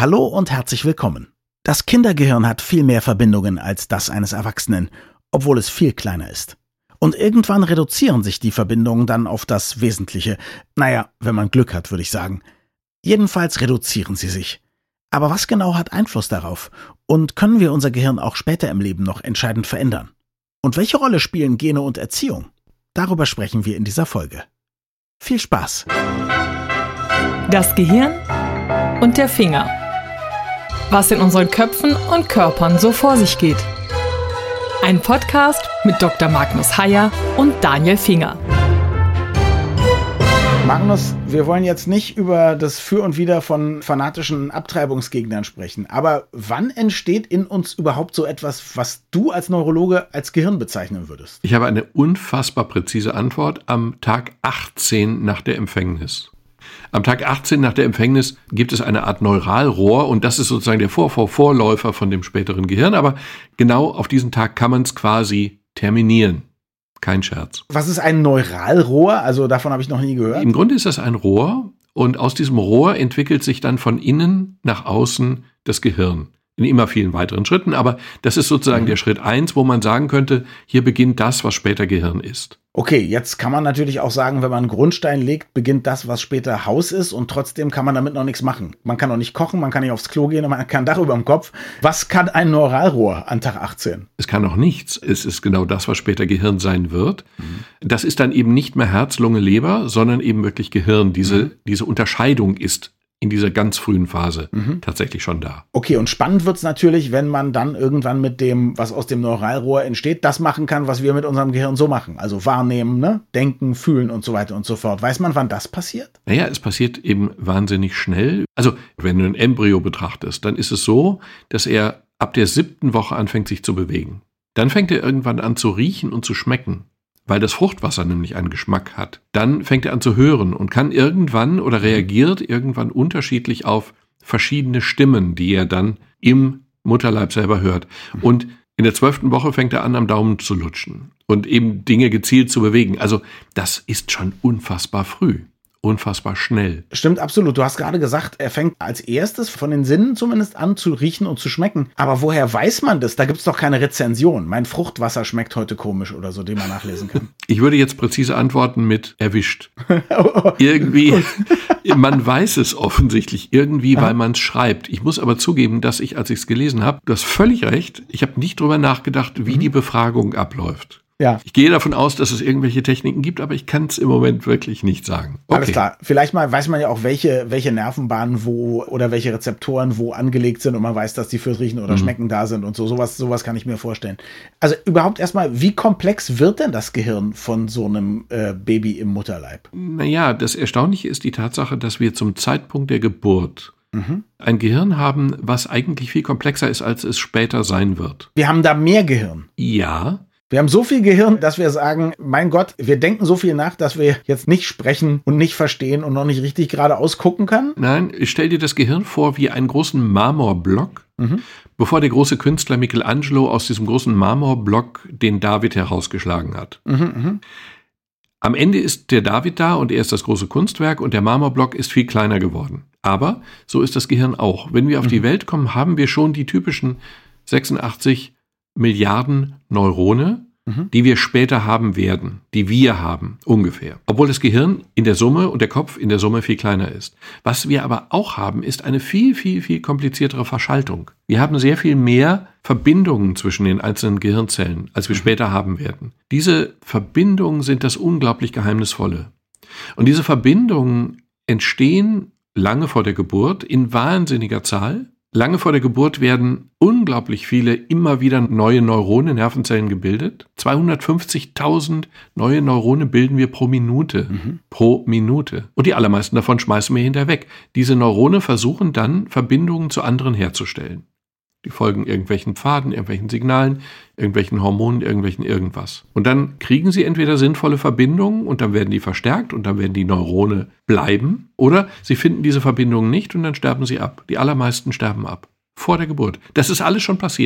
Hallo und herzlich willkommen. Das Kindergehirn hat viel mehr Verbindungen als das eines Erwachsenen, obwohl es viel kleiner ist. Und irgendwann reduzieren sich die Verbindungen dann auf das Wesentliche. Naja, wenn man Glück hat, würde ich sagen. Jedenfalls reduzieren sie sich. Aber was genau hat Einfluss darauf? Und können wir unser Gehirn auch später im Leben noch entscheidend verändern? Und welche Rolle spielen Gene und Erziehung? Darüber sprechen wir in dieser Folge. Viel Spaß! Das Gehirn und der Finger. Was in unseren Köpfen und Körpern so vor sich geht. Ein Podcast mit Dr. Magnus Heyer und Daniel Finger. Magnus, wir wollen jetzt nicht über das Für und Wider von fanatischen Abtreibungsgegnern sprechen, aber wann entsteht in uns überhaupt so etwas, was du als Neurologe als Gehirn bezeichnen würdest? Ich habe eine unfassbar präzise Antwort am Tag 18 nach der Empfängnis. Am Tag 18 nach der Empfängnis gibt es eine Art Neuralrohr und das ist sozusagen der Vorläufer von dem späteren Gehirn, aber genau auf diesen Tag kann man es quasi terminieren. Kein Scherz. Was ist ein Neuralrohr? Also davon habe ich noch nie gehört. Im Grunde ist das ein Rohr und aus diesem Rohr entwickelt sich dann von innen nach außen das Gehirn. In immer vielen weiteren Schritten, aber das ist sozusagen der Schritt 1, wo man sagen könnte, hier beginnt das, was später Gehirn ist. Okay, jetzt kann man natürlich auch sagen, wenn man einen Grundstein legt, beginnt das, was später Haus ist und trotzdem kann man damit noch nichts machen. Man kann noch nicht kochen, man kann nicht aufs Klo gehen, man hat kein Dach über dem Kopf. Was kann ein Neuralrohr an Tag 18? Es kann noch nichts. Es ist genau das, was später Gehirn sein wird. Das ist dann eben nicht mehr Herz, Lunge, Leber, sondern eben wirklich Gehirn. Diese Unterscheidung ist in dieser ganz frühen Phase tatsächlich schon da. Okay, und spannend wird's natürlich, wenn man dann irgendwann mit dem, was aus dem Neuralrohr entsteht, das machen kann, was wir mit unserem Gehirn so machen. Also wahrnehmen, ne? Denken, fühlen und so weiter und so fort. Weiß man, wann das passiert? Naja, es passiert eben wahnsinnig schnell. Also, wenn du ein Embryo betrachtest, dann ist es so, dass er ab der 7. Woche anfängt, sich zu bewegen. Dann fängt er irgendwann an zu riechen und zu schmecken, weil das Fruchtwasser nämlich einen Geschmack hat. Dann fängt er an zu hören und kann irgendwann oder reagiert irgendwann unterschiedlich auf verschiedene Stimmen, die er dann im Mutterleib selber hört. Und in der 12. Woche fängt er an, am Daumen zu lutschen und eben Dinge gezielt zu bewegen. Also das ist schon unfassbar früh. Unfassbar schnell. Stimmt, absolut. Du hast gerade gesagt, er fängt als erstes von den Sinnen zumindest an zu riechen und zu schmecken. Aber woher weiß man das? Da gibt es doch keine Rezension. Mein Fruchtwasser schmeckt heute komisch oder so, den man nachlesen kann. Ich würde jetzt präzise antworten mit erwischt. Irgendwie, man weiß es offensichtlich irgendwie, weil man es schreibt. Ich muss aber zugeben, dass ich, als ich es gelesen habe, du hast völlig recht, ich habe nicht drüber nachgedacht, wie die Befragung abläuft. Ja. Ich gehe davon aus, dass es irgendwelche Techniken gibt, aber ich kann es im Moment wirklich nicht sagen. Okay. Alles klar. Vielleicht mal weiß man ja auch, welche Nervenbahnen wo oder welche Rezeptoren wo angelegt sind und man weiß, dass die fürs Riechen oder Schmecken da sind und so. Sowas kann ich mir vorstellen. Also überhaupt erstmal, wie komplex wird denn das Gehirn von so einem Baby im Mutterleib? Naja, das Erstaunliche ist die Tatsache, dass wir zum Zeitpunkt der Geburt ein Gehirn haben, was eigentlich viel komplexer ist, als es später sein wird. Wir haben da mehr Gehirn. Ja. Wir haben so viel Gehirn, dass wir sagen, mein Gott, wir denken so viel nach, dass wir jetzt nicht sprechen und nicht verstehen und noch nicht richtig geradeaus gucken können. Nein, stell dir das Gehirn vor wie einen großen Marmorblock, bevor der große Künstler Michelangelo aus diesem großen Marmorblock den David herausgeschlagen hat. Am Ende ist der David da und er ist das große Kunstwerk und der Marmorblock ist viel kleiner geworden. Aber so ist das Gehirn auch. Wenn wir auf die Welt kommen, haben wir schon die typischen 86 Milliarden Neurone, die wir später haben werden, die wir haben, ungefähr. Obwohl das Gehirn in der Summe und der Kopf in der Summe viel kleiner ist. Was wir aber auch haben, ist eine viel, viel, viel kompliziertere Verschaltung. Wir haben sehr viel mehr Verbindungen zwischen den einzelnen Gehirnzellen, als wir später haben werden. Diese Verbindungen sind das unglaublich Geheimnisvolle. Und diese Verbindungen entstehen lange vor der Geburt in wahnsinniger Zahl. Lange vor der Geburt werden unglaublich viele immer wieder neue Neurone, Nervenzellen gebildet. 250.000 neue Neurone bilden wir pro Minute. Pro Minute. Und die allermeisten davon schmeißen wir hinterher weg. Diese Neurone versuchen dann, Verbindungen zu anderen herzustellen. Die folgen irgendwelchen Pfaden, irgendwelchen Signalen, irgendwelchen Hormonen, irgendwelchen irgendwas. Und dann kriegen sie entweder sinnvolle Verbindungen und dann werden die verstärkt und dann werden die Neurone bleiben. Oder sie finden diese Verbindungen nicht und dann sterben sie ab. Die allermeisten sterben ab. Vor der Geburt. Das ist alles schon passiert.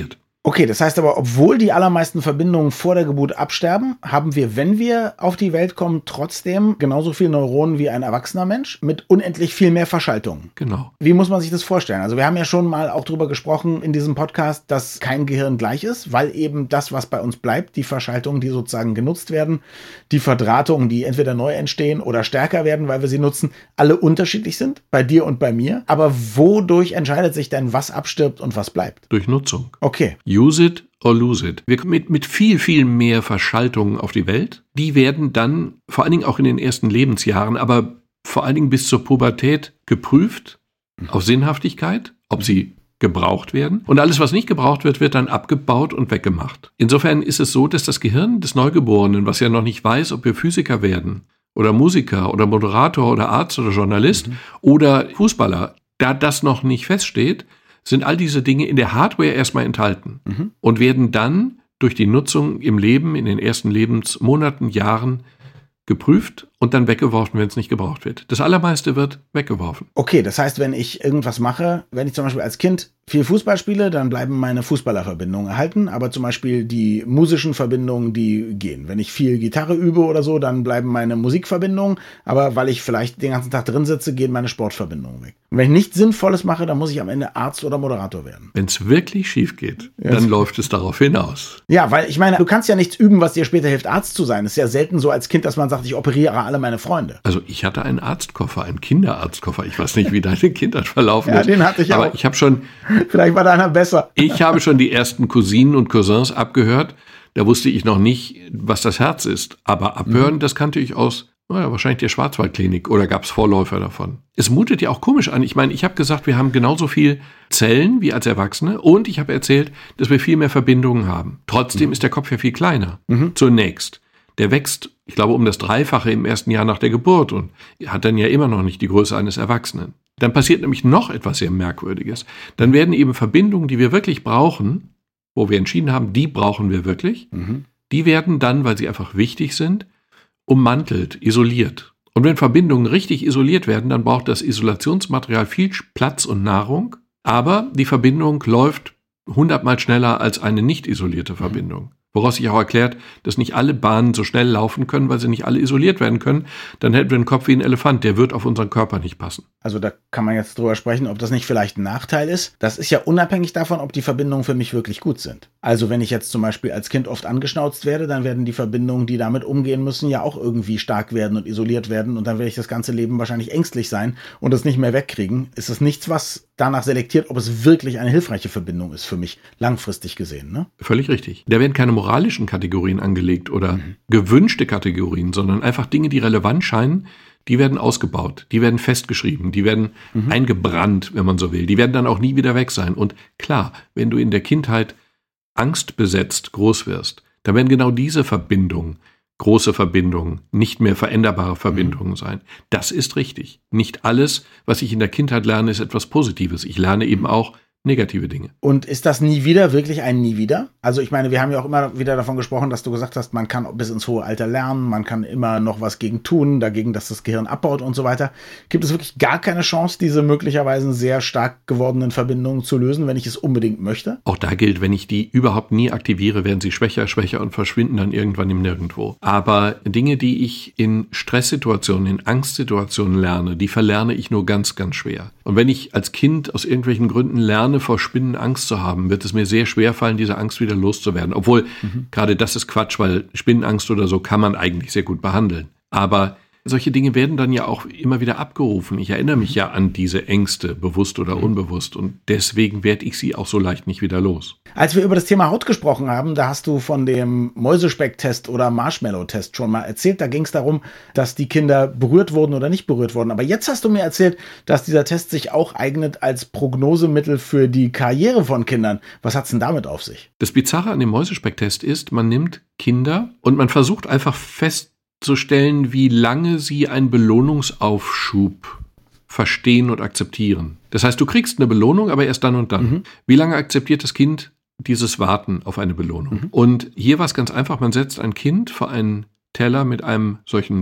Okay, das heißt aber, obwohl die allermeisten Verbindungen vor der Geburt absterben, haben wir, wenn wir auf die Welt kommen, trotzdem genauso viele Neuronen wie ein erwachsener Mensch mit unendlich viel mehr Verschaltungen. Genau. Wie muss man sich das vorstellen? Also wir haben ja schon mal auch drüber gesprochen in diesem Podcast, dass kein Gehirn gleich ist, weil eben das, was bei uns bleibt, die Verschaltungen, die sozusagen genutzt werden, die Verdrahtungen, die entweder neu entstehen oder stärker werden, weil wir sie nutzen, alle unterschiedlich sind, bei dir und bei mir. Aber wodurch entscheidet sich denn, was abstirbt und was bleibt? Durch Nutzung. Okay. Use it or lose it. Wir kommen mit viel, viel mehr Verschaltungen auf die Welt. Die werden dann vor allen Dingen auch in den ersten Lebensjahren, aber vor allen Dingen bis zur Pubertät geprüft auf Sinnhaftigkeit, ob sie gebraucht werden. Und alles, was nicht gebraucht wird, wird dann abgebaut und weggemacht. Insofern ist es so, dass das Gehirn des Neugeborenen, was ja noch nicht weiß, ob wir Physiker werden oder Musiker oder Moderator oder Arzt oder Journalist oder Fußballer, da das noch nicht feststeht, sind all diese Dinge in der Hardware erstmal enthalten und werden dann durch die Nutzung im Leben, in den ersten Lebensmonaten, Jahren geprüft und dann weggeworfen, wenn es nicht gebraucht wird. Das Allermeiste wird weggeworfen. Okay, das heißt, wenn ich irgendwas mache, wenn ich zum Beispiel als Kind viel Fußball spiele, dann bleiben meine Fußballerverbindungen erhalten, aber zum Beispiel die musischen Verbindungen, die gehen. Wenn ich viel Gitarre übe oder so, dann bleiben meine Musikverbindungen, aber weil ich vielleicht den ganzen Tag drin sitze, gehen meine Sportverbindungen weg. Und wenn ich nichts Sinnvolles mache, dann muss ich am Ende Arzt oder Moderator werden. Wenn es wirklich schief geht, dann läuft es darauf hinaus. Ja, weil ich meine, du kannst ja nichts üben, was dir später hilft, Arzt zu sein. Es ist ja selten so als Kind, dass man sagt, ich operiere alle meine Freunde. Also ich hatte einen Arztkoffer, einen Kinderarztkoffer. Ich weiß nicht, wie deine Kindheit verlaufen ist. Ja, den hatte ich auch. Aber ich habe schon... Vielleicht war deiner besser. Ich habe schon die ersten Cousinen und Cousins abgehört. Da wusste ich noch nicht, was das Herz ist. Aber abhören, das kannte ich aus, wahrscheinlich der Schwarzwaldklinik. Oder gab es Vorläufer davon. Es mutet ja auch komisch an. Ich meine, ich habe gesagt, wir haben genauso viel Zellen wie als Erwachsene. Und ich habe erzählt, dass wir viel mehr Verbindungen haben. Trotzdem ist der Kopf ja viel kleiner. Zunächst. Der wächst, ich glaube, um das Dreifache im ersten Jahr nach der Geburt und hat dann ja immer noch nicht die Größe eines Erwachsenen. Dann passiert nämlich noch etwas sehr Merkwürdiges. Dann werden eben Verbindungen, die wir wirklich brauchen, wo wir entschieden haben, die brauchen wir wirklich, die werden dann, weil sie einfach wichtig sind, ummantelt, isoliert. Und wenn Verbindungen richtig isoliert werden, dann braucht das Isolationsmaterial viel Platz und Nahrung, aber die Verbindung läuft 100-mal schneller als eine nicht isolierte Verbindung. Woraus sich auch erklärt, dass nicht alle Bahnen so schnell laufen können, weil sie nicht alle isoliert werden können. Dann hätten wir einen Kopf wie ein Elefant, der wird auf unseren Körper nicht passen. Also da kann man jetzt drüber sprechen, ob das nicht vielleicht ein Nachteil ist. Das ist ja unabhängig davon, ob die Verbindungen für mich wirklich gut sind. Also wenn ich jetzt zum Beispiel als Kind oft angeschnauzt werde, dann werden die Verbindungen, die damit umgehen müssen, ja auch irgendwie stark werden und isoliert werden. Und dann werde ich das ganze Leben wahrscheinlich ängstlich sein und es nicht mehr wegkriegen. Ist es nichts, was danach selektiert, ob es wirklich eine hilfreiche Verbindung ist für mich, langfristig gesehen, ne? Völlig richtig. Da werden keine moralischen Kategorien angelegt oder gewünschte Kategorien, sondern einfach Dinge, die relevant scheinen, die werden ausgebaut, die werden festgeschrieben, die werden eingebrannt, wenn man so will. Die werden dann auch nie wieder weg sein. Und klar, wenn du in der Kindheit angstbesetzt groß wirst, dann werden genau diese Verbindungen, große Verbindungen, nicht mehr veränderbare Verbindungen sein. Das ist richtig. Nicht alles, was ich in der Kindheit lerne, ist etwas Positives. Ich lerne eben auch negative Dinge. Und ist das nie wieder wirklich ein Nie wieder? Also ich meine, wir haben ja auch immer wieder davon gesprochen, dass du gesagt hast, man kann bis ins hohe Alter lernen, man kann immer noch was gegen tun, dagegen, dass das Gehirn abbaut und so weiter. Gibt es wirklich gar keine Chance, diese möglicherweise sehr stark gewordenen Verbindungen zu lösen, wenn ich es unbedingt möchte? Auch da gilt, wenn ich die überhaupt nie aktiviere, werden sie schwächer und verschwinden dann irgendwann im Nirgendwo. Aber Dinge, die ich in Stresssituationen, in Angstsituationen lerne, die verlerne ich nur ganz, ganz schwer. Und wenn ich als Kind aus irgendwelchen Gründen lerne, vor Spinnen Angst zu haben, wird es mir sehr schwer fallen, diese Angst wieder loszuwerden. Obwohl, gerade das ist Quatsch, weil Spinnenangst oder so kann man eigentlich sehr gut behandeln. Aber solche Dinge werden dann ja auch immer wieder abgerufen. Ich erinnere mich ja an diese Ängste, bewusst oder unbewusst. Und deswegen werde ich sie auch so leicht nicht wieder los. Als wir über das Thema Haut gesprochen haben, da hast du von dem Mäusespeck-Test oder Marshmallow-Test schon mal erzählt. Da ging es darum, dass die Kinder berührt wurden oder nicht berührt wurden. Aber jetzt hast du mir erzählt, dass dieser Test sich auch eignet als Prognosemittel für die Karriere von Kindern. Was hat's denn damit auf sich? Das Bizarre an dem Mäusespeck-Test ist, man nimmt Kinder und man versucht einfach festzustellen, wie lange sie einen Belohnungsaufschub verstehen und akzeptieren. Das heißt, du kriegst eine Belohnung, aber erst dann und dann. Wie lange akzeptiert das Kind dieses Warten auf eine Belohnung? Und hier war es ganz einfach, man setzt ein Kind vor einen Teller mit einem solchen Stück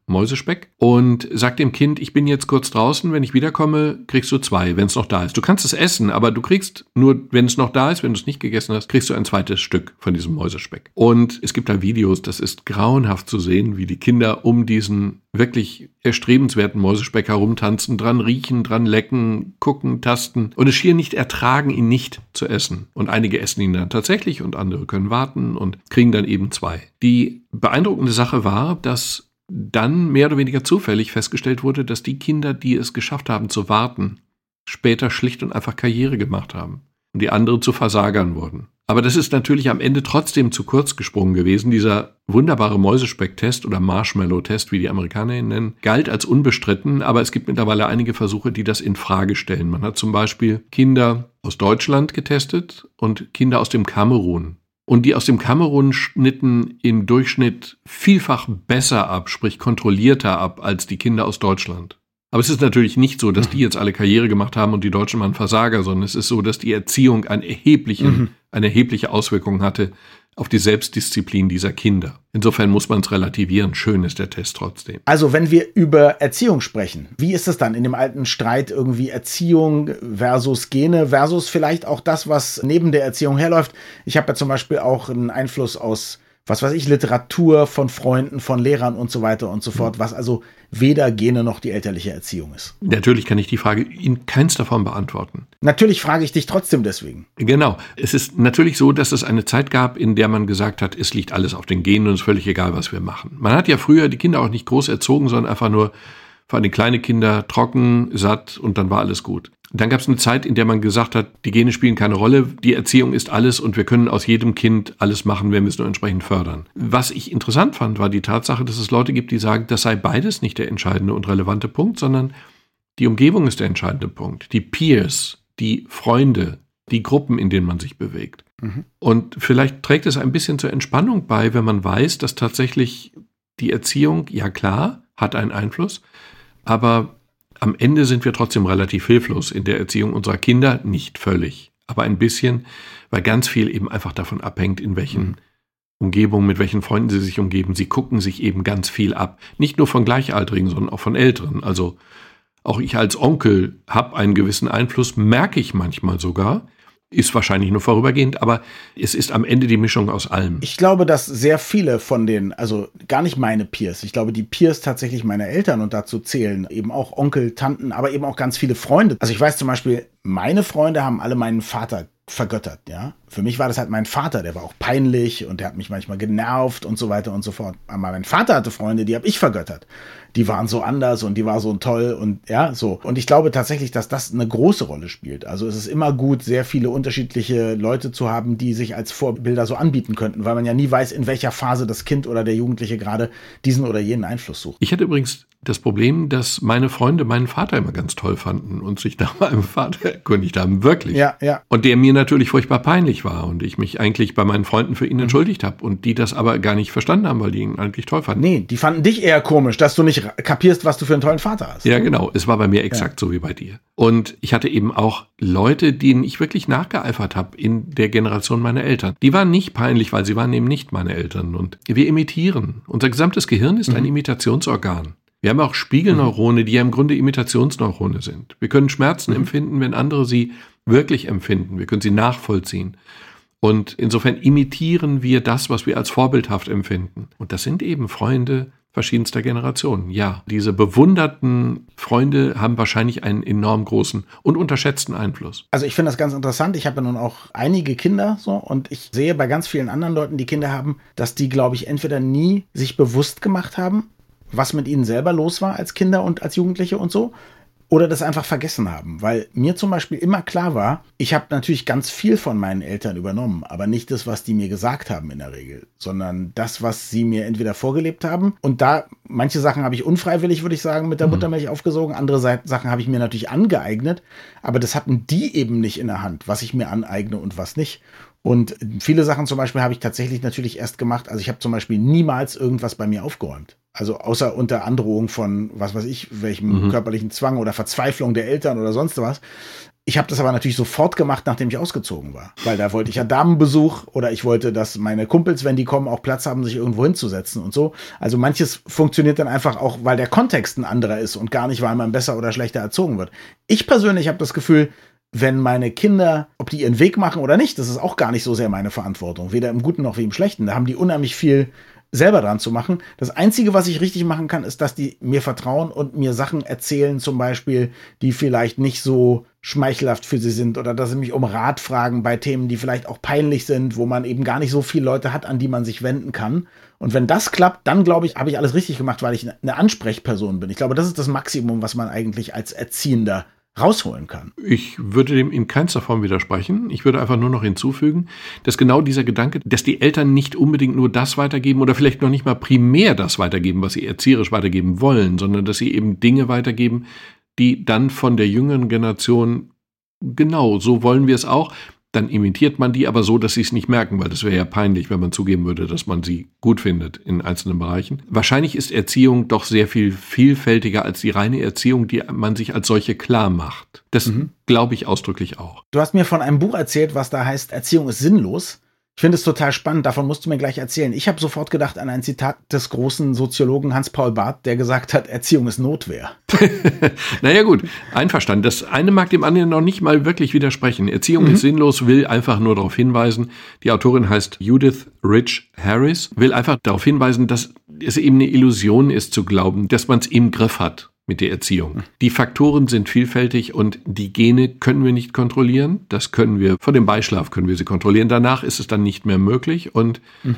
Mäusespeck und sagt dem Kind, ich bin jetzt kurz draußen, wenn ich wiederkomme, kriegst du 2, wenn es noch da ist. Du kannst es essen, aber du kriegst nur, wenn es noch da ist, wenn du es nicht gegessen hast, kriegst du ein zweites Stück von diesem Mäusespeck. Und es gibt da Videos, das ist grauenhaft zu sehen, wie die Kinder um diesen wirklich erstrebenswerten Mäusespeck herumtanzen, dran riechen, dran lecken, gucken, tasten und es schier nicht ertragen, ihn nicht zu essen. Und einige essen ihn dann tatsächlich und andere können warten und kriegen dann eben 2. Die beeindruckende Sache war, dass dann mehr oder weniger zufällig festgestellt wurde, dass die Kinder, die es geschafft haben zu warten, später schlicht und einfach Karriere gemacht haben und die anderen zu Versagern wurden. Aber das ist natürlich am Ende trotzdem zu kurz gesprungen gewesen. Dieser wunderbare Mäusespeck-Test oder Marshmallow-Test, wie die Amerikaner ihn nennen, galt als unbestritten, aber es gibt mittlerweile einige Versuche, die das in Frage stellen. Man hat zum Beispiel Kinder aus Deutschland getestet und Kinder aus dem Kamerun. Und die aus dem Kamerun schnitten im Durchschnitt vielfach besser ab, sprich kontrollierter ab, als die Kinder aus Deutschland. Aber es ist natürlich nicht so, dass die jetzt alle Karriere gemacht haben und die Deutschen waren Versager, sondern es ist so, dass die Erziehung eine erhebliche Auswirkung hatte auf die Selbstdisziplin dieser Kinder. Insofern muss man es relativieren. Schön ist der Test trotzdem. Also wenn wir über Erziehung sprechen, wie ist es dann in dem alten Streit irgendwie Erziehung versus Gene versus vielleicht auch das, was neben der Erziehung herläuft? Ich habe ja zum Beispiel auch einen Einfluss aus, was weiß ich, Literatur von Freunden, von Lehrern und so weiter und so fort, was also weder Gene noch die elterliche Erziehung ist. Natürlich kann ich die Frage in keinster Form beantworten. Natürlich frage ich dich trotzdem deswegen. Genau. Es ist natürlich so, dass es eine Zeit gab, in der man gesagt hat, es liegt alles auf den Genen und es ist völlig egal, was wir machen. Man hat ja früher die Kinder auch nicht groß erzogen, sondern einfach nur vor allem kleine Kinder trocken, satt und dann war alles gut. Dann gab es eine Zeit, in der man gesagt hat, die Gene spielen keine Rolle, die Erziehung ist alles und wir können aus jedem Kind alles machen, wenn wir es nur entsprechend fördern. Was ich interessant fand, war die Tatsache, dass es Leute gibt, die sagen, das sei beides nicht der entscheidende und relevante Punkt, sondern die Umgebung ist der entscheidende Punkt. Die Peers, die Freunde, die Gruppen, in denen man sich bewegt. Und vielleicht trägt es ein bisschen zur Entspannung bei, wenn man weiß, dass tatsächlich die Erziehung, ja klar, hat einen Einfluss, aber am Ende sind wir trotzdem relativ hilflos in der Erziehung unserer Kinder, nicht völlig, aber ein bisschen, weil ganz viel eben einfach davon abhängt, in welchen Umgebungen, mit welchen Freunden sie sich umgeben. Sie gucken sich eben ganz viel ab, nicht nur von Gleichaltrigen, sondern auch von Älteren. Also auch ich als Onkel habe einen gewissen Einfluss, merke ich manchmal sogar, ist wahrscheinlich nur vorübergehend, aber es ist am Ende die Mischung aus allem. Ich glaube, dass sehr viele von den, also gar nicht meine Peers, ich glaube, die Peers tatsächlich meiner Eltern und dazu zählen eben auch Onkel, Tanten, aber eben auch ganz viele Freunde. Also ich weiß zum Beispiel, meine Freunde haben alle meinen Vater vergöttert, ja. Für mich war das halt mein Vater, der war auch peinlich und der hat mich manchmal genervt und so weiter und so fort. Aber mein Vater hatte Freunde, die habe ich vergöttert. Die waren so anders und die war so toll und ja, so. Und ich glaube tatsächlich, dass das eine große Rolle spielt. Also es ist immer gut, sehr viele unterschiedliche Leute zu haben, die sich als Vorbilder so anbieten könnten, weil man ja nie weiß, in welcher Phase das Kind oder der Jugendliche gerade diesen oder jenen Einfluss sucht. Ich hatte übrigens das Problem, dass meine Freunde meinen Vater immer ganz toll fanden und sich nach meinem Vater erkundigt haben, wirklich. Ja, ja. Und der mir natürlich furchtbar peinlich war und ich mich eigentlich bei meinen Freunden für ihn entschuldigt habe und die das aber gar nicht verstanden haben, weil die ihn eigentlich toll fanden. Nee, die fanden dich eher komisch, dass du nicht kapierst, was du für einen tollen Vater hast. Ja, genau. Es war bei mir exakt so wie bei dir. Und ich hatte eben auch Leute, denen ich wirklich nachgeeifert habe in der Generation meiner Eltern. Die waren nicht peinlich, weil sie waren eben nicht meine Eltern. Und wir imitieren. Unser gesamtes Gehirn ist ein Imitationsorgan. Wir haben auch Spiegelneurone, die ja im Grunde Imitationsneurone sind. Wir können Schmerzen empfinden, wenn andere sie wirklich empfinden. Wir können sie nachvollziehen. Und insofern imitieren wir das, was wir als vorbildhaft empfinden. Und das sind eben Freunde verschiedenster Generationen. Ja, diese bewunderten Freunde haben wahrscheinlich einen enorm großen und unterschätzten Einfluss. Also ich finde das ganz interessant. Ich habe ja nun auch einige Kinder so und ich sehe bei ganz vielen anderen Leuten, die Kinder haben, dass die, glaube ich, entweder nie sich bewusst gemacht haben, was mit ihnen selber los war als Kinder und als Jugendliche und so, oder das einfach vergessen haben. Weil mir zum Beispiel immer klar war, ich habe natürlich ganz viel von meinen Eltern übernommen, aber nicht das, was die mir gesagt haben in der Regel, sondern das, was sie mir entweder vorgelebt haben. Und da, manche Sachen habe ich unfreiwillig, würde ich sagen, mit der Muttermilch aufgesogen, andere Sachen habe ich mir natürlich angeeignet, aber das hatten die eben nicht in der Hand, was ich mir aneigne und was nicht. Und viele Sachen zum Beispiel habe ich tatsächlich natürlich erst gemacht. Also ich habe zum Beispiel niemals irgendwas bei mir aufgeräumt. Also außer unter Androhung von, was weiß ich, welchem körperlichen Zwang oder Verzweiflung der Eltern oder sonst was. Ich habe das aber natürlich sofort gemacht, nachdem ich ausgezogen war. Weil da wollte ich ja Damenbesuch oder ich wollte, dass meine Kumpels, wenn die kommen, auch Platz haben, sich irgendwo hinzusetzen und so. Also manches funktioniert dann einfach auch, weil der Kontext ein anderer ist und gar nicht, weil man besser oder schlechter erzogen wird. Ich persönlich habe das Gefühl, wenn meine Kinder, ob die ihren Weg machen oder nicht, das ist auch gar nicht so sehr meine Verantwortung. Weder im Guten noch wie im Schlechten. Da haben die unheimlich viel selber dran zu machen. Das Einzige, was ich richtig machen kann, ist, dass die mir vertrauen und mir Sachen erzählen, zum Beispiel, die vielleicht nicht so schmeichelhaft für sie sind oder dass sie mich um Rat fragen bei Themen, die vielleicht auch peinlich sind, wo man eben gar nicht so viele Leute hat, an die man sich wenden kann. Und wenn das klappt, dann glaube ich, habe ich alles richtig gemacht, weil ich eine Ansprechperson bin. Ich glaube, das ist das Maximum, was man eigentlich als Erziehender rausholen kann. Ich würde dem in keinster Form widersprechen. Ich würde einfach nur noch hinzufügen, dass genau dieser Gedanke, dass die Eltern nicht unbedingt nur das weitergeben oder vielleicht noch nicht mal primär das weitergeben, was sie erzieherisch weitergeben wollen, sondern dass sie eben Dinge weitergeben, die dann von der jüngeren Generation, genau, so wollen wir es auch, dann imitiert man die aber so, dass sie es nicht merken, weil das wäre ja peinlich, wenn man zugeben würde, dass man sie gut findet in einzelnen Bereichen. Wahrscheinlich ist Erziehung doch sehr viel vielfältiger als die reine Erziehung, die man sich als solche klar macht. Das glaube ich ausdrücklich auch. Du hast mir von einem Buch erzählt, was da heißt, Erziehung ist sinnlos. Ich finde es total spannend, davon musst du mir gleich erzählen. Ich habe sofort gedacht an ein Zitat des großen Soziologen Hans-Paul Barth, der gesagt hat, Erziehung ist Notwehr. Naja gut, einverstanden. Das eine mag dem anderen noch nicht mal wirklich widersprechen. Erziehung ist sinnlos, will einfach nur darauf hinweisen, die Autorin heißt Judith Rich Harris, will einfach darauf hinweisen, dass es eben eine Illusion ist zu glauben, dass man es im Griff hat mit der Erziehung. Die Faktoren sind vielfältig und die Gene können wir nicht kontrollieren. Das können wir, vor dem Beischlaf können wir sie kontrollieren. Danach ist es dann nicht mehr möglich und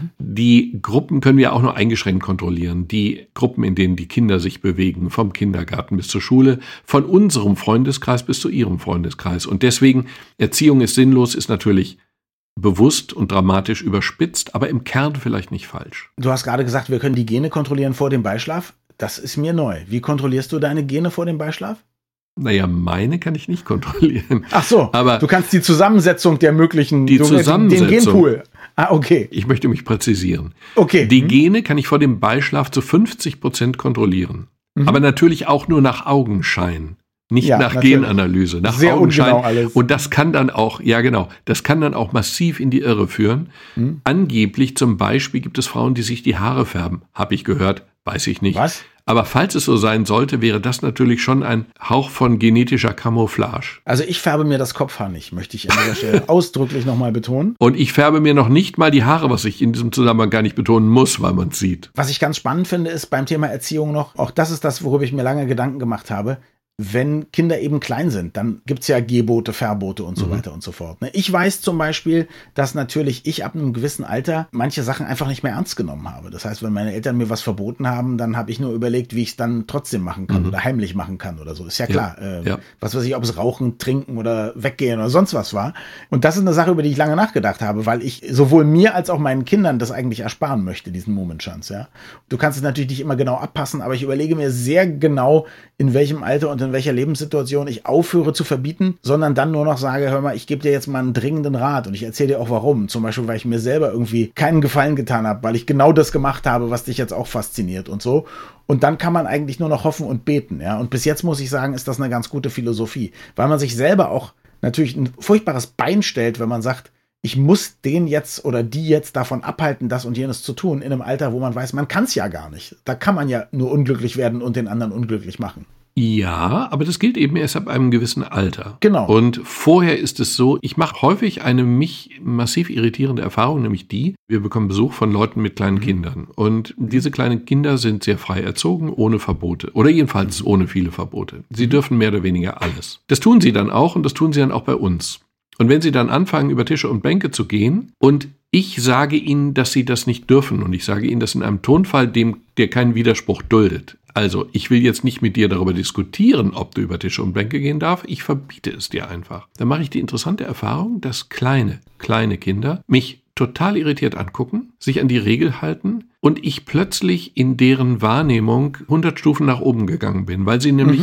die Gruppen können wir auch nur eingeschränkt kontrollieren. Die Gruppen, in denen die Kinder sich bewegen, vom Kindergarten bis zur Schule, von unserem Freundeskreis bis zu ihrem Freundeskreis. Und deswegen, Erziehung ist sinnlos, ist natürlich bewusst und dramatisch überspitzt, aber im Kern vielleicht nicht falsch. Du hast gerade gesagt, wir können die Gene kontrollieren vor dem Beischlaf. Das ist mir neu. Wie kontrollierst du deine Gene vor dem Beischlaf? Naja, meine kann ich nicht kontrollieren. Ach so, aber du kannst die Zusammensetzung der möglichen, den Genpool. Ah, okay. Ich möchte mich präzisieren. Okay. Die Gene kann ich vor dem Beischlaf zu 50% kontrollieren. Aber natürlich auch nur nach Augenschein. Nicht nach natürlich. Genanalyse, nach sehr Augenschein. Ungenau alles. Und das kann dann auch, ja genau, das kann dann auch massiv in die Irre führen. Angeblich zum Beispiel gibt es Frauen, die sich die Haare färben. Habe ich gehört, weiß ich nicht. Was? Aber falls es so sein sollte, wäre das natürlich schon ein Hauch von genetischer Camouflage. Also ich färbe mir das Kopfhaar nicht, möchte ich an dieser Stelle ausdrücklich nochmal betonen. Und ich färbe mir noch nicht mal die Haare, was ich in diesem Zusammenhang gar nicht betonen muss, weil man es sieht. Was ich ganz spannend finde, ist beim Thema Erziehung noch, auch das ist das, worüber ich mir lange Gedanken gemacht habe, wenn Kinder eben klein sind, dann gibt's ja Gebote, Verbote und so weiter und so fort. Ich weiß zum Beispiel, dass natürlich ich ab einem gewissen Alter manche Sachen einfach nicht mehr ernst genommen habe. Das heißt, wenn meine Eltern mir was verboten haben, dann habe ich nur überlegt, wie ich es dann trotzdem machen kann oder heimlich machen kann oder so. Ist ja klar. Was weiß ich, ob es Rauchen, Trinken oder Weggehen oder sonst was war. Und das ist eine Sache, über die ich lange nachgedacht habe, weil ich sowohl mir als auch meinen Kindern das eigentlich ersparen möchte, diesen Momentschanz. Ja? Du kannst es natürlich nicht immer genau abpassen, aber ich überlege mir sehr genau, in welchem Alter und in welcher Lebenssituation ich aufhöre zu verbieten, sondern dann nur noch sage, hör mal, ich gebe dir jetzt mal einen dringenden Rat und ich erzähle dir auch warum. Zum Beispiel, weil ich mir selber irgendwie keinen Gefallen getan habe, weil ich genau das gemacht habe, was dich jetzt auch fasziniert und so. Und dann kann man eigentlich nur noch hoffen und beten. Ja? Und bis jetzt muss ich sagen, ist das eine ganz gute Philosophie, weil man sich selber auch natürlich ein furchtbares Bein stellt, wenn man sagt, ich muss den jetzt oder die jetzt davon abhalten, das und jenes zu tun, in einem Alter, wo man weiß, man kann es ja gar nicht. Da kann man ja nur unglücklich werden und den anderen unglücklich machen. Ja, aber das gilt eben erst ab einem gewissen Alter. Genau. Und vorher ist es so, ich mache häufig eine mich massiv irritierende Erfahrung, nämlich wir bekommen Besuch von Leuten mit kleinen Kindern. Und diese kleinen Kinder sind sehr frei erzogen, ohne Verbote. Oder jedenfalls ohne viele Verbote. Sie dürfen mehr oder weniger alles. Das tun sie dann auch und das tun sie dann auch bei uns. Und wenn sie dann anfangen, über Tische und Bänke zu gehen und ich sage ihnen, dass sie das nicht dürfen und ich sage ihnen das in einem Tonfall, der keinen Widerspruch duldet. Also, ich will jetzt nicht mit dir darüber diskutieren, ob du über Tische und Bänke gehen darfst, ich verbiete es dir einfach. Dann mache ich die interessante Erfahrung, dass kleine Kinder mich total irritiert angucken, sich an die Regel halten und ich plötzlich in deren Wahrnehmung 100 Stufen nach oben gegangen bin, weil sie nämlich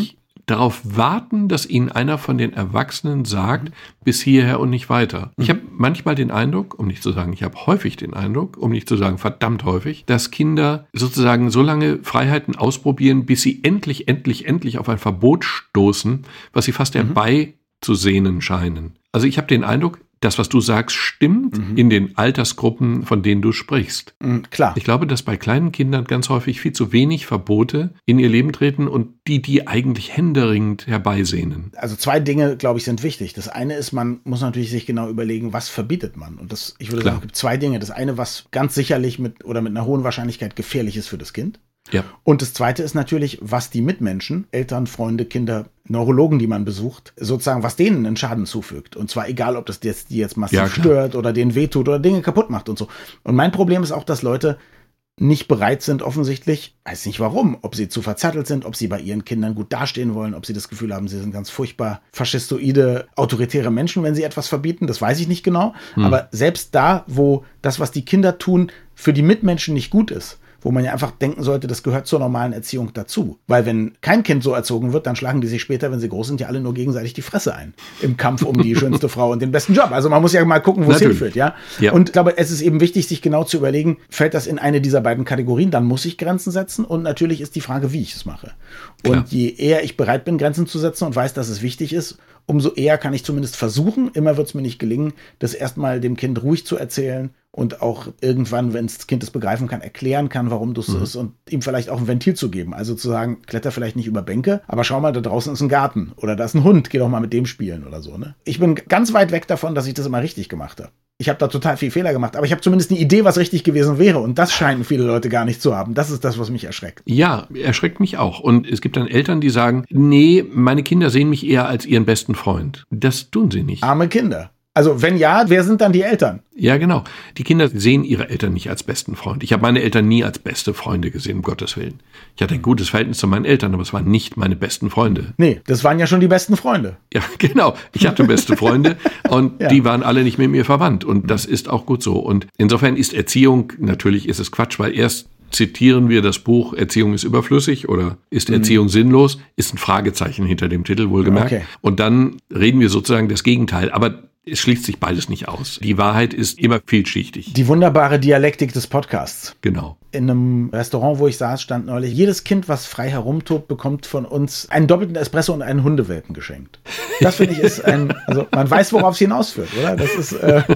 darauf warten, dass ihnen einer von den Erwachsenen sagt, bis hierher und nicht weiter. Ich habe manchmal den Eindruck, um nicht zu sagen, ich habe häufig den Eindruck, um nicht zu sagen verdammt häufig, dass Kinder sozusagen so lange Freiheiten ausprobieren, bis sie endlich auf ein Verbot stoßen, was sie fast herbeizusehnen scheinen. Also ich habe den Eindruck, das, was du sagst, stimmt in den Altersgruppen, von denen du sprichst. Klar. Ich glaube, dass bei kleinen Kindern ganz häufig viel zu wenig Verbote in ihr Leben treten und die eigentlich händeringend herbeisehnen. Also 2 Dinge, glaube ich, sind wichtig. Das eine ist, man muss natürlich sich genau überlegen, was verbietet man. Und ich würde sagen, es gibt 2 Dinge. Das eine, was ganz sicherlich mit einer hohen Wahrscheinlichkeit gefährlich ist für das Kind. Ja. Und das Zweite ist natürlich, was die Mitmenschen, Eltern, Freunde, Kinder, Neurologen, die man besucht, sozusagen, was denen einen Schaden zufügt. Und zwar egal, ob das die jetzt massiv stört oder denen wehtut oder Dinge kaputt macht und so. Und mein Problem ist auch, dass Leute nicht bereit sind, offensichtlich, weiß nicht warum, ob sie zu verzettelt sind, ob sie bei ihren Kindern gut dastehen wollen, ob sie das Gefühl haben, sie sind ganz furchtbar faschistoide, autoritäre Menschen, wenn sie etwas verbieten, das weiß ich nicht genau. Aber selbst da, wo das, was die Kinder tun, für die Mitmenschen nicht gut ist, wo man ja einfach denken sollte, das gehört zur normalen Erziehung dazu. Weil wenn kein Kind so erzogen wird, dann schlagen die sich später, wenn sie groß sind, ja alle nur gegenseitig die Fresse ein. Im Kampf um die schönste Frau und den besten Job. Also man muss ja mal gucken, wo es hinführt. Ja? Und ich glaube, es ist eben wichtig, sich genau zu überlegen, fällt das in eine dieser beiden Kategorien, dann muss ich Grenzen setzen. Und natürlich ist die Frage, wie ich es mache. Klar. Und je eher ich bereit bin, Grenzen zu setzen und weiß, dass es wichtig ist, umso eher kann ich zumindest versuchen, immer wird es mir nicht gelingen, das erstmal dem Kind ruhig zu erzählen und auch irgendwann, wenn das Kind es begreifen kann, erklären kann, warum das so ist und ihm vielleicht auch ein Ventil zu geben. Also zu sagen, kletter vielleicht nicht über Bänke, aber schau mal, da draußen ist ein Garten oder da ist ein Hund, geh doch mal mit dem spielen oder so. Ne? Ich bin ganz weit weg davon, dass ich das immer richtig gemacht habe. Ich habe da total viel Fehler gemacht, aber ich habe zumindest eine Idee, was richtig gewesen wäre. Und das scheinen viele Leute gar nicht zu haben. Das ist das, was mich erschreckt. Ja, erschreckt mich auch. Und es gibt dann Eltern, die sagen, nee, meine Kinder sehen mich eher als ihren besten Freund. Das tun sie nicht. Arme Kinder. Also wenn ja, wer sind dann die Eltern? Ja, genau. Die Kinder sehen ihre Eltern nicht als besten Freund. Ich habe meine Eltern nie als beste Freunde gesehen, um Gottes Willen. Ich hatte ein gutes Verhältnis zu meinen Eltern, aber es waren nicht meine besten Freunde. Nee, das waren ja schon die besten Freunde. Ja, genau. Ich hatte beste Freunde und die waren alle nicht mit mir verwandt. Und das ist auch gut so. Und insofern ist Erziehung, natürlich ist es Quatsch, weil erst zitieren wir das Buch Erziehung ist überflüssig oder ist Erziehung sinnlos, ist ein Fragezeichen hinter dem Titel, wohlgemerkt. Okay. Und dann reden wir sozusagen das Gegenteil. Aber es schließt sich beides nicht aus. Die Wahrheit ist immer vielschichtig. Die wunderbare Dialektik des Podcasts. Genau. In einem Restaurant, wo ich saß, stand neulich, jedes Kind, was frei herumtobt, bekommt von uns einen doppelten Espresso und einen Hundewelpen geschenkt. Das finde ich ist also man weiß, worauf es hinausführt, oder? Das ist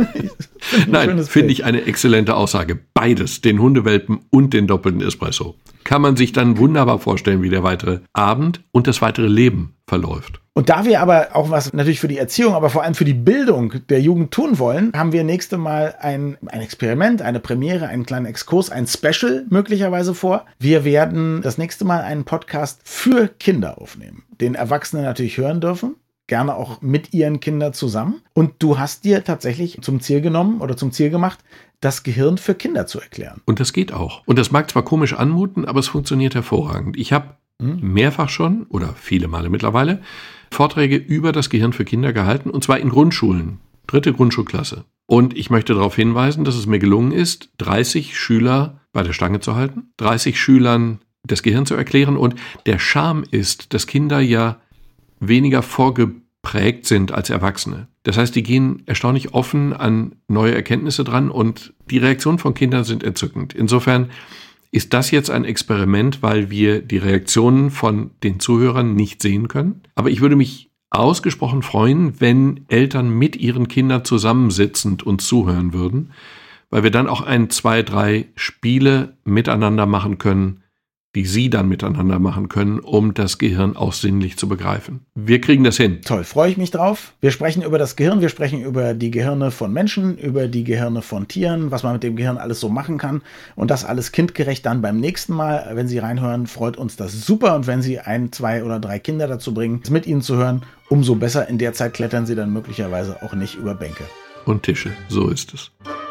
Nein, finde ich eine exzellente Aussage. Beides, den Hundewelpen und den doppelten Espresso. Kann man sich dann wunderbar vorstellen, wie der weitere Abend und das weitere Leben verläuft. Und da wir aber auch was natürlich für die Erziehung, aber vor allem für die Bildung der Jugend tun wollen, haben wir nächste Mal ein Experiment, eine Premiere, einen kleinen Exkurs, ein Special möglicherweise vor. Wir werden das nächste Mal einen Podcast für Kinder aufnehmen, den Erwachsene natürlich hören dürfen. Gerne auch mit ihren Kindern zusammen. Und du hast dir tatsächlich zum Ziel genommen oder zum Ziel gemacht, das Gehirn für Kinder zu erklären. Und das geht auch. Und das mag zwar komisch anmuten, aber es funktioniert hervorragend. Ich habe mehrfach schon oder viele Male mittlerweile Vorträge über das Gehirn für Kinder gehalten, und zwar in Grundschulen, 3. Grundschulklasse. Und ich möchte darauf hinweisen, dass es mir gelungen ist, 30 Schüler bei der Stange zu halten, 30 Schülern das Gehirn zu erklären. Und der Charme ist, dass Kinder ja weniger vorgeprägt sind als Erwachsene. Das heißt, die gehen erstaunlich offen an neue Erkenntnisse dran und die Reaktionen von Kindern sind entzückend. Insofern ist das jetzt ein Experiment, weil wir die Reaktionen von den Zuhörern nicht sehen können. Aber ich würde mich ausgesprochen freuen, wenn Eltern mit ihren Kindern zusammensitzend uns zuhören würden, weil wir dann auch 1, 2, 3 Spiele miteinander machen können, die Sie dann miteinander machen können, um das Gehirn auch sinnlich zu begreifen. Wir kriegen das hin. Toll, freue ich mich drauf. Wir sprechen über das Gehirn, wir sprechen über die Gehirne von Menschen, über die Gehirne von Tieren, was man mit dem Gehirn alles so machen kann. Und das alles kindgerecht dann beim nächsten Mal. Wenn Sie reinhören, freut uns das super. Und wenn Sie 1, 2 oder 3 Kinder dazu bringen, es mit Ihnen zu hören, umso besser. In der Zeit klettern Sie dann möglicherweise auch nicht über Bänke. Und Tische, so ist es.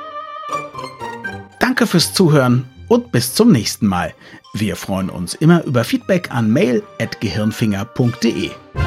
Danke fürs Zuhören und bis zum nächsten Mal. Wir freuen uns immer über Feedback an mail@gehirnfinger.de.